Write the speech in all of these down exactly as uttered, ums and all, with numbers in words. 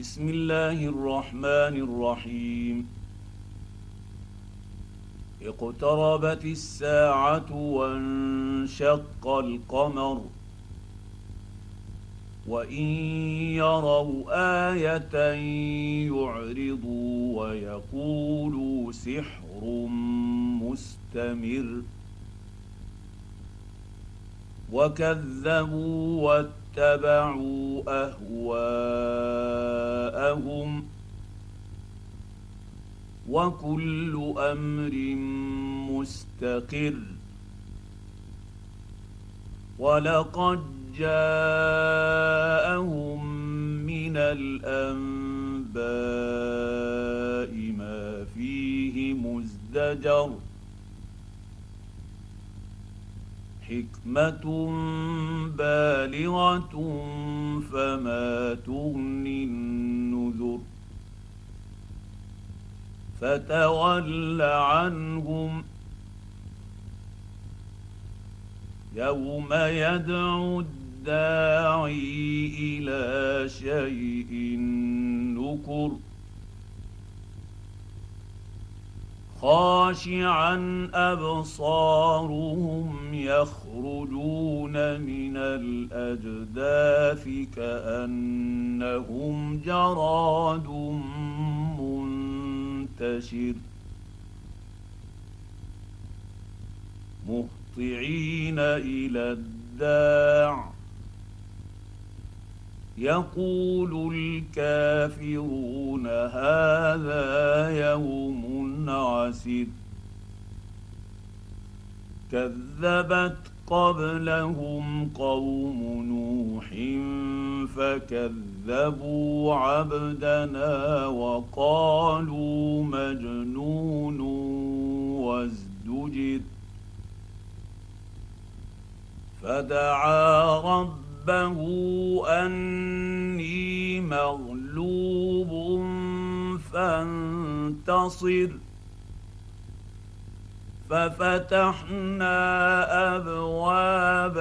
بسم الله الرحمن الرحيم. اقتربت الساعة وانشق القمر وإن يروا آية يعرضوا ويقولوا سحر مستمر وكذبوا واتبعوا أهواءهم وكل أمر مستقر ولقد جاءهم من الأنباء ما فيه مزدجر حكمة بالغة فما تغني النذر فتول عنهم يوم يدعو الداعي إلى شيء نكر خاشعا أبصارهم يخرجون من الأجداث كأنهم جراد منتشر مهطعين إلى الداع يقول الكافرون هذا يوم عسر كذبت قبلهم قوم نوح فكذبوا عبدنا وقالوا مجنون وازدجر فدعا ربه أني مغلوب فانتصر ففتحنا أبواب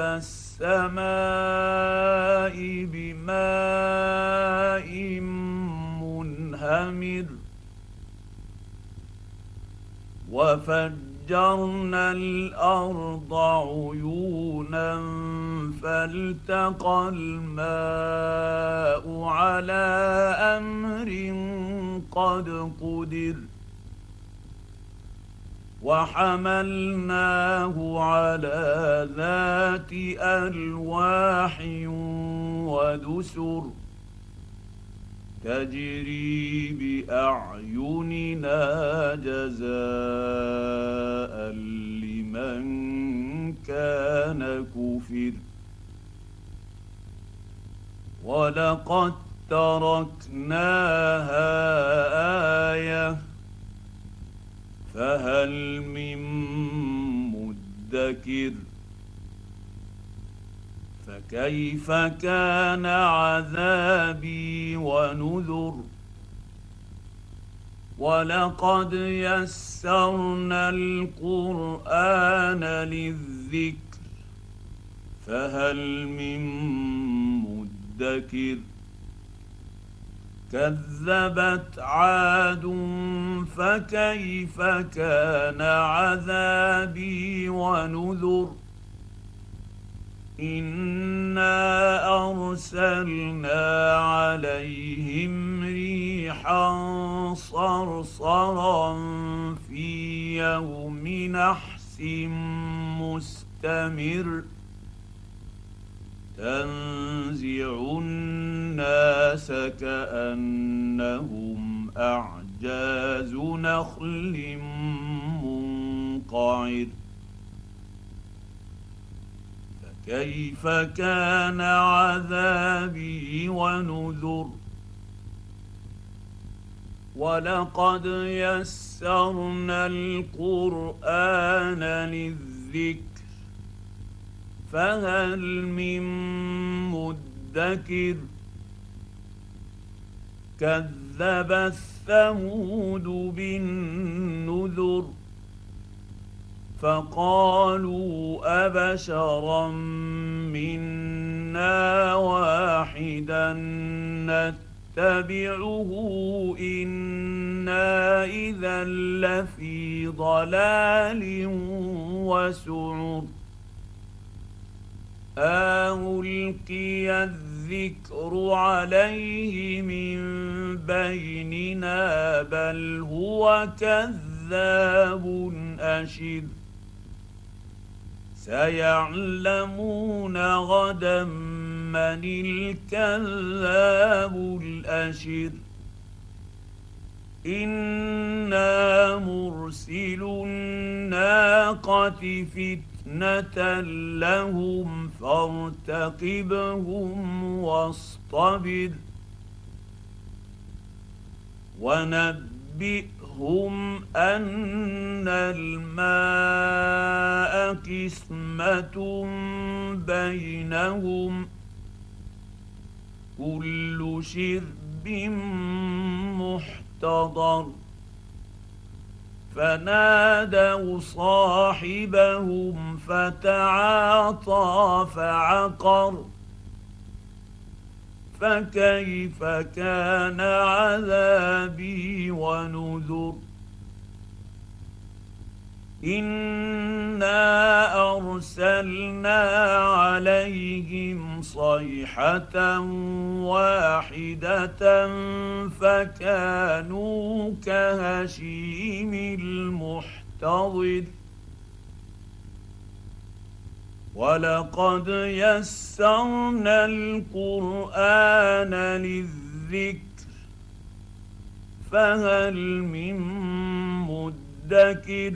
السماء بماء منهمر وفجرنا الأرض عيونا فالتقى الماء على أمر قد قدر وحملناه على ذات ألواح ودسر تجري بأعيننا جزاء لمن كان كفر ولقد تركناها آية فهل من مدكر فكيف كان عذابي ونذر ولقد يسرنا القرآن للذكر فهل من مدكر كذبت عاد فكيف كان عذابي ونذر إنا أرسلنا عليهم ريحا صرصرا في يوم نحس مستمر تنزع الناس كأنهم أعجاز نخل منقعر فكيف كان عذابي ونذر ولقد يسرنا القرآن للذكر فهل من مدكر كذب الثمود بالنذر فقالوا أبشرا منا واحدا نتبعه إنا إذا لفي ضلال وسعر ألقي الذكر عليه من بيننا بل هو كذاب أشر سيعلمون غدا من الكذاب الأشر إنا مرسل الناقة فتنة لهم فارتقبهم واصطبر ونبئهم أن الماء قسمة بينهم كل شرب محتضر فنادوا صاحبهم فتعاطى فعقر فكيف كان عذابي ونذر إنا أرسلنا عليهم صيحة واحدة فكانوا كهشيم المحتضر ولقد يسرنا القرآن للذكر فهل من مدكر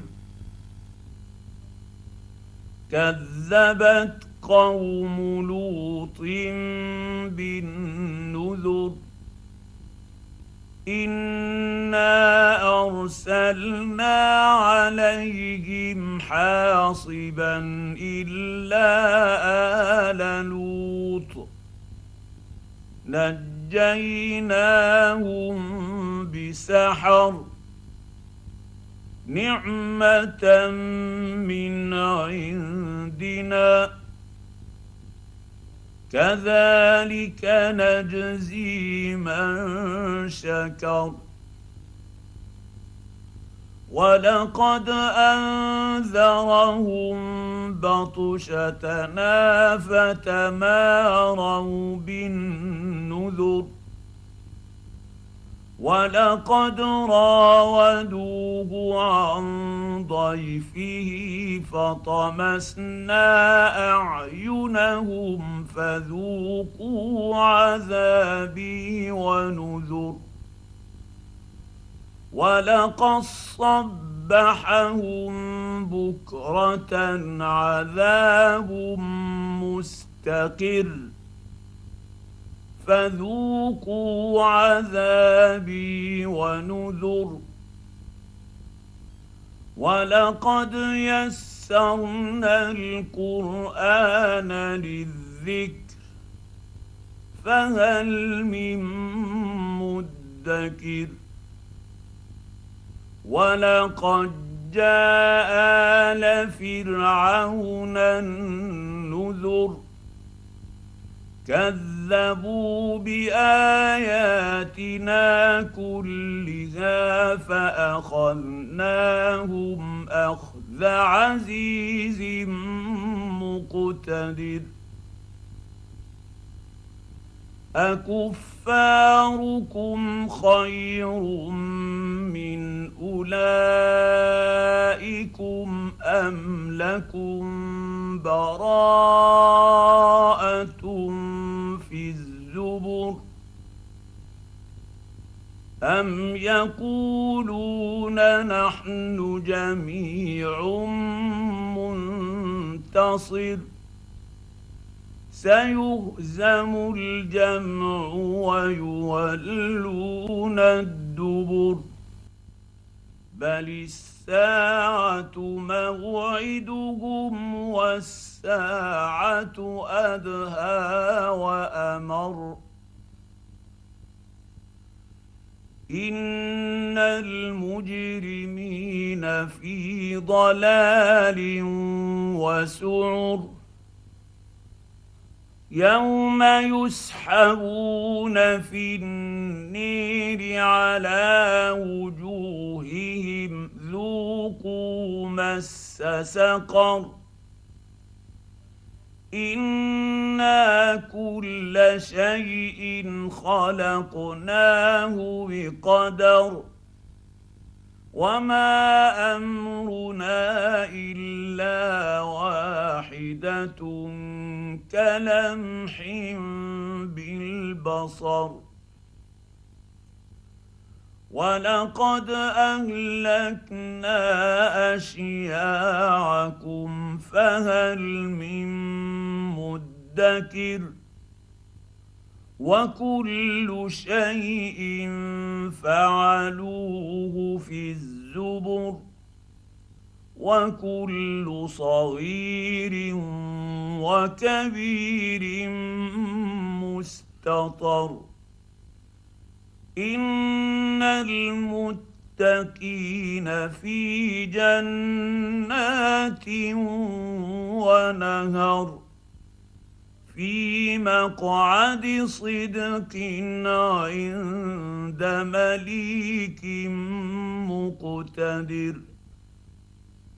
كذبت قوم لوط بالنذر إنا أرسلنا عليهم حاصبا إلا آل لوط نجيناهم بسحر نعمة من عندنا كذلك نجزي من شكر ولقد أنذرهم بطشتنا فتماروا بالنذر ولقد راودوه عن ضيفه فطمسنا أعينهم فذوقوا عذابي ونذر ولقد صبحهم بكرة عذاب مستقر فذوقوا عذابي ونذر ولقد يسرنا القرآن للذكر فهل من مدكر ولقد جاء آل فرعون النذر كذبوا بآياتنا كلها فأخذناهم أخذ عزيز مقتدر أكفاركم خير من أولئكم أم لكم براءة في الزبر أم يقولون نحن جميع منتصر سيهزم الجمع ويولون الدبر بل الساعة موعدهم والساعة أدهى وأمر إن المجرمين في ضلال وسعر يوم يسحبون في النير على وجوههم ذوقوا مس سقر انا كل شيء خلقناه بقدر وما امرنا الا واحده كلمح بالبصر ولقد اهلكنا اشياعكم فهل من مدكر وكل شيء فعلوه في الزبر وكل صغير وكبير مستطر ان المتقين في جنات ونهر في مقعد صدق عند مليك مقتدر.